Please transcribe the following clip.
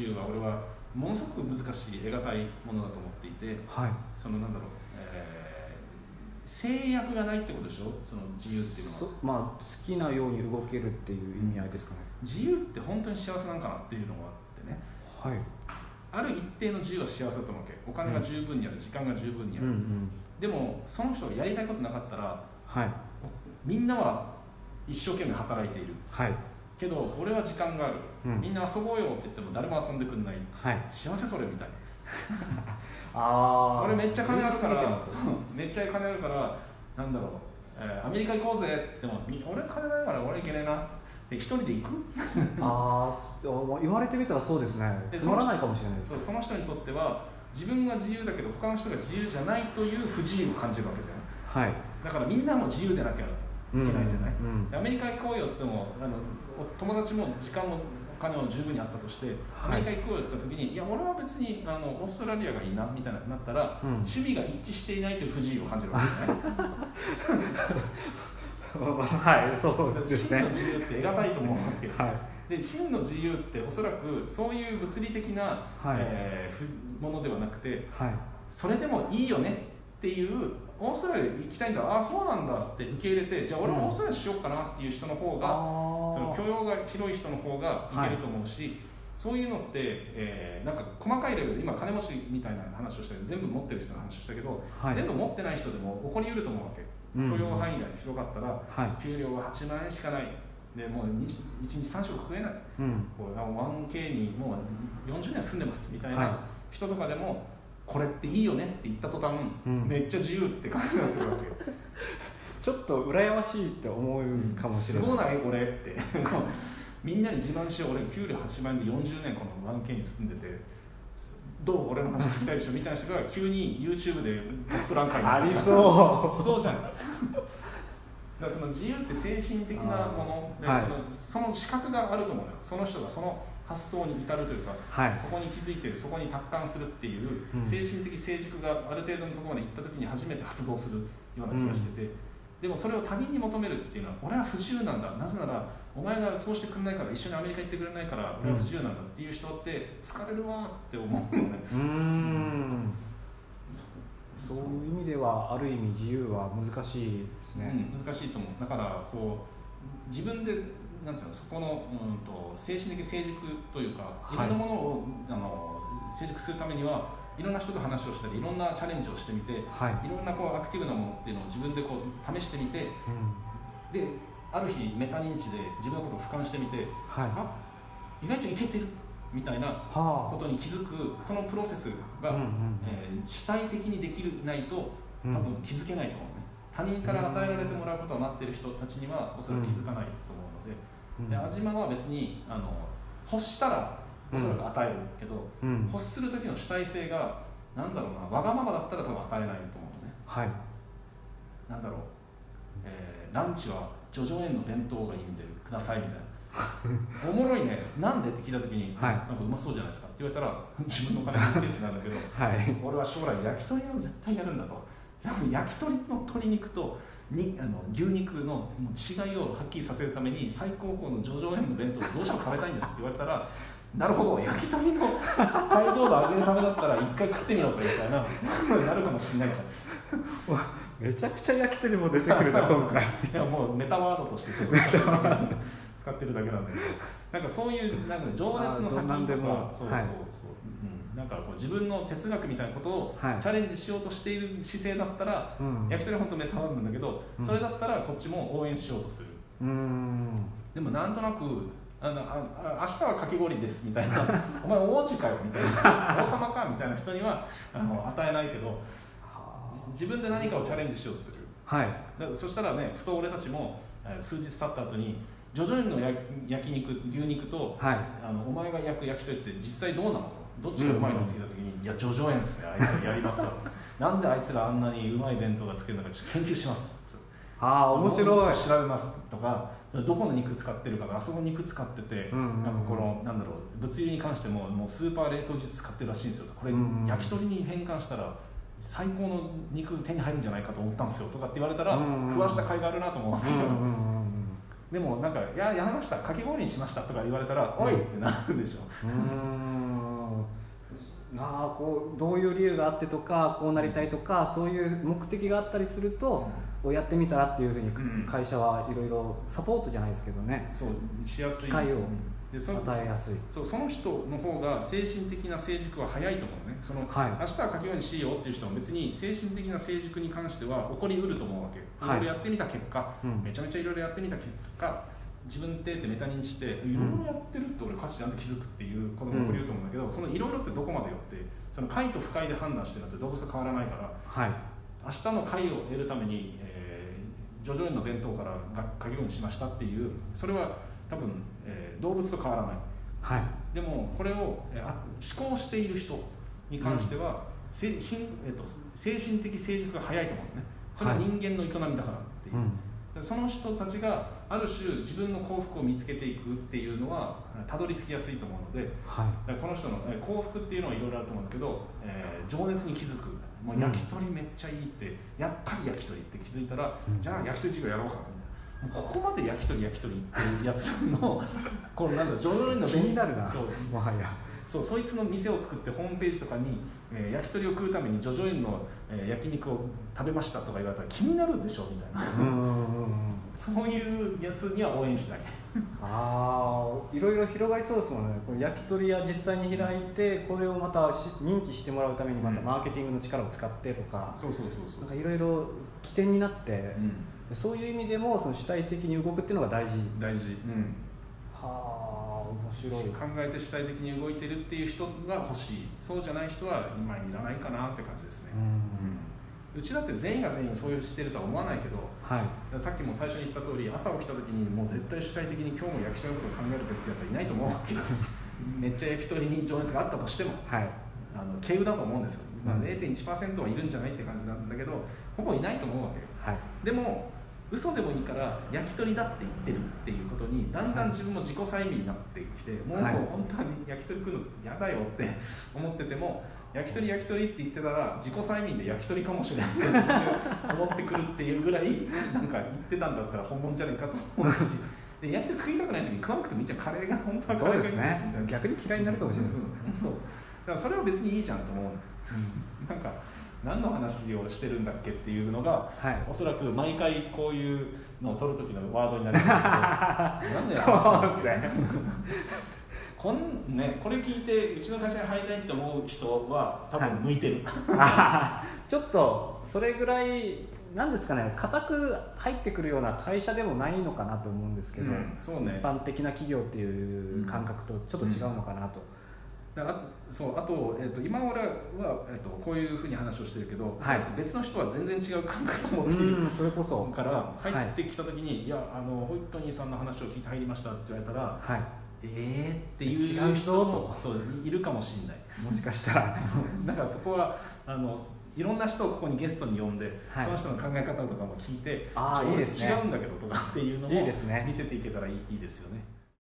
自由は俺はものすごく難しい得難いものだと思っていて、 はい、 そのなんだろう、制約がないってことでしょ、その自由っていうのは。 まあ、好きなように動けるっていう意味合いですかね。 自由って本当に幸せなんかなっていうのがあってね、 はい、 ある一定の自由は幸せだと思うわけ。お金が十分にある、時間が十分にある、でもその人がやりたいことなかったら、 はい、 みんなは一生懸命働いている、 はい、 けど俺は時間がある、みんな遊ぼうよって言っても誰も遊んでくんない、 はい、 幸せそれみたいなあ俺めっちゃ金あるから、 そうめっちゃ金あるから、なんだろう、アメリカ行こうぜって言っても、俺金ないから俺行けねえなで一人で行く言われてみたらそうですね。つまらないかもしれないです。 その人にとっては自分が自由だけど他の人が自由じゃないという不自由を感じるわけじゃない、はい、だからみんなも自由でなきゃいけないじゃない、アメリカ行こうよって言っても友達も時間もお金も十分にあったとして、アメリカ行こうよって言った時に、いや俺は別にオーストラリアがいいなみたいになったら、趣味が一致していないという不自由を感じるわけですねはい、そうですね。 真の自由って得難いと思うわけ、 はい、 で真の自由っておそらくそういう物理的な、ものではなくて、はい、それでもいいよねっていう、オーストラリア行きたいんだ、ああそうなんだって受け入れて、じゃあ俺もオーストラリアしようかなっていう人の方が、その許容が広い人の方がいけると思うし、はい、そういうのって、なんか細かいレベルで、今金持ちみたいな話をしたけど、全部持ってる人の話をしたけど、はい、全部持ってない人でも起こりうると思うわけ。許容範囲が広がったら、はい、給料は8万円しかないで、もう 1日3食食えない、1K にもう40年住んでますみたいな人とかでも、これっていいよねって言った途端、めっちゃ自由って感じがするわけよちょっと羨ましいって思うかもしれない。 すごない俺ってみんなに自慢しよう、俺給料8万円で40年この 1K に住んでて、どう俺の話聞きたいでしょみたいな人が急に YouTube でトップランカーになってありそうそうじゃんだからその自由って精神的なもので、はい、その資格があると思うのよ。その人がその発想に至るというか、はい、そこに気づいてる、そこに達観するっていう精神的成熟がある程度のところまで行った時に初めて発動するような気がしてて、でもそれを他人に求めるっていうのは、俺は不自由なんだ、なぜならお前がそうしてくれないから、一緒にアメリカ行ってくれないから俺は不自由なんだっていう人って疲れるわって思うのね。 そういう意味ではある意味自由は難しいですね。 難しいと思う。だからこう自分でなんていうの、そこの、精神的成熟というか、いろんなものを、成熟するためにはいろんな人と話をしたり、いろんなチャレンジをしてみて、いろんなこうアクティブなものっていうのを自分でこう試してみて、である日メタ認知で自分のことを俯瞰してみて、意外といけてるみたいなことに気づく、そのプロセスが、主体的にできないと多分気づけないと思うね。他人から与えられてもらうことを待っている人たちにはおそらく気づかないと思うので、安島は別に欲したらおそらく与えるけど、欲する時の主体性がなんだろうな、わがままだったら多分与えないと思うのね。はい、なんだろう、ランチは叙々苑の弁当がいいんでくださいみたいなおもろいね、なんでって聞いたときに、なんかうまそうじゃないですかって言われたら自分の金にってなんだけど、俺は将来焼き鳥を絶対やるんだと。焼き鳥の鶏肉と牛肉の違いをはっきりさせるために最高峰の叙々苑の弁当をどうしても食べたいんですって言われたら、なるほど、焼き鳥の解像度を上げるためだったら一回食ってみようぜみたいなことになるかもしれないじゃんめちゃくちゃ焼き鳥も出てくるな今回いやもうメタワードとして使ってるだけなんだけど、なんかそういうなんか情熱の先とか、なんかこう自分の哲学みたいなことをチャレンジしようとしている姿勢だったら、焼き鳥は本当メタワードなんだけど、それだったらこっちも応援しようとする。でもなんとなく明日はかき氷ですみたいなお前王子かよみたいな王様かみたいな人には与えないけど、自分で何かをチャレンジしようとする。そしたらね、ふと俺たちも数日経った後に叙々苑の焼肉、牛肉と、お前が焼く焼き鳥って実際どうなの、どっちがうまいのって聞いた時に、いや叙々苑ですね、あいつらやりますわなんであいつらあんなにうまい弁当が作れるのかちょっと研究します、 面白い、 調べますとか、どこの肉使ってるか、あそこの肉使ってて、なんかこのなんだろう、物流に関してももうスーパー冷凍技術使ってるらしいんですよ、これ焼き鳥に変換したら最高の肉手に入るんじゃないかと思ったんですよとかって言われたら、食わした甲斐があるなと思うわけよ。でもなんかやめました、かき氷にしましたとか言われたら、おいってなるでしょ。 こうどういう理由があってとかこうなりたいとかそういう目的があったりすると、やってみたらっていうふうに会社はいろいろサポートじゃないですけどね、 そうしやすい機会をで与えやすい。 その人の方が精神的な成熟は早いと思うね。明日はかき氷にしようっていう人も別に精神的な成熟に関しては起こりうると思うわけ。いろいろやってみた結果、めちゃめちゃいろいろやってみた結果、自分ってメタ認知していろいろやってるって俺価値なんて気づくっていうことも起こりうると思うんだけど、そのいろいろってどこまでよってその快と不快で判断してるのってどこそ変わらないから、明日の快を得るために、叙々苑の弁当からかき氷にしましたっていう、それは多分、動物と変わらない、でもこれを、思考している人に関しては、精神的成熟が早いと思うのね。それは人間の営みだからっていう、その人たちがある種自分の幸福を見つけていくっていうのはたどり着きやすいと思うので、だからこの人の幸福っていうのはいろいろあると思うんだけど、情熱に気づく、もう焼き鳥めっちゃいいって、やっぱり焼き鳥って気づいたら、じゃあ焼き鳥授業やろうかな、ここまで焼き鳥っていうやつのこうなんだ上手の気になるな、もはやそいつの店を作ってホームページとかに、焼き鳥を食うために叙々苑の、焼肉を食べましたとか言われたら気になるでしょみたいなそういうやつには応援したいいろいろ広がりそうですもんね。この焼き鳥屋実際に開いてこれをまた認知してもらうためにまたマーケティングの力を使ってとか、なんかいろいろ起点になって、そういう意味でもその主体的に動くっていうのが大事。面白い。 考えて主体的に動いてるっていう人が欲しい。そうじゃない人は今いらないかなって感じですね。うちだって全員が全員そういうしてるとは思わないけど、さっきも最初に言った通り、朝起きた時にもう絶対主体的に今日も焼き鳥のことを考えるぜってやつはいないと思うわけめっちゃ焼き鳥に情熱があったとしても、軽有だと思うんですよ。0.1% はいるんじゃないって感じなんだけど、ほぼいないと思うわけ。でも嘘でもいいから焼き鳥だって言ってるっていうことにだんだん自分も自己催眠になってきて、もう本当に焼き鳥食うの嫌だよって思ってても、焼き鳥って言ってたら自己催眠で焼き鳥かもしれないって思ってくるっていうぐらいなんか言ってたんだったら本物じゃないかと思うし、で焼き鳥食いたくない時に食わなくてもいいじゃん、カレーが本当はカレーがいいですみたいな。 逆に嫌いになるかもしれないです。 だからそれは別にいいじゃんと思う。なんか何の話をしてるんだっけっていうのが、おそらく毎回こういうのを取る時のワードになりますけどなんでそうですねこれ聞いてうちの会社に入りたいって思う人は多分向いてる、 ちょっとそれぐらいなんですかね、固く入ってくるような会社でもないのかなと思うんですけど、一般的な企業っていう感覚とちょっと違うのかなと。 あと、今俺は、こういうふうに話をしてるけど、別の人は全然違う感覚と思っているそれこそから入ってきた時に、いやホイットニーさんの話を聞いて入りましたって言われたら、っていう人もいるかもしれない。 もしかしたらだからそこはいろんな人をここにゲストに呼んで、その人の考え方とかも聞いて、 いいですね、 違うんだけどとかっていうのも見せていけたらいいですよね。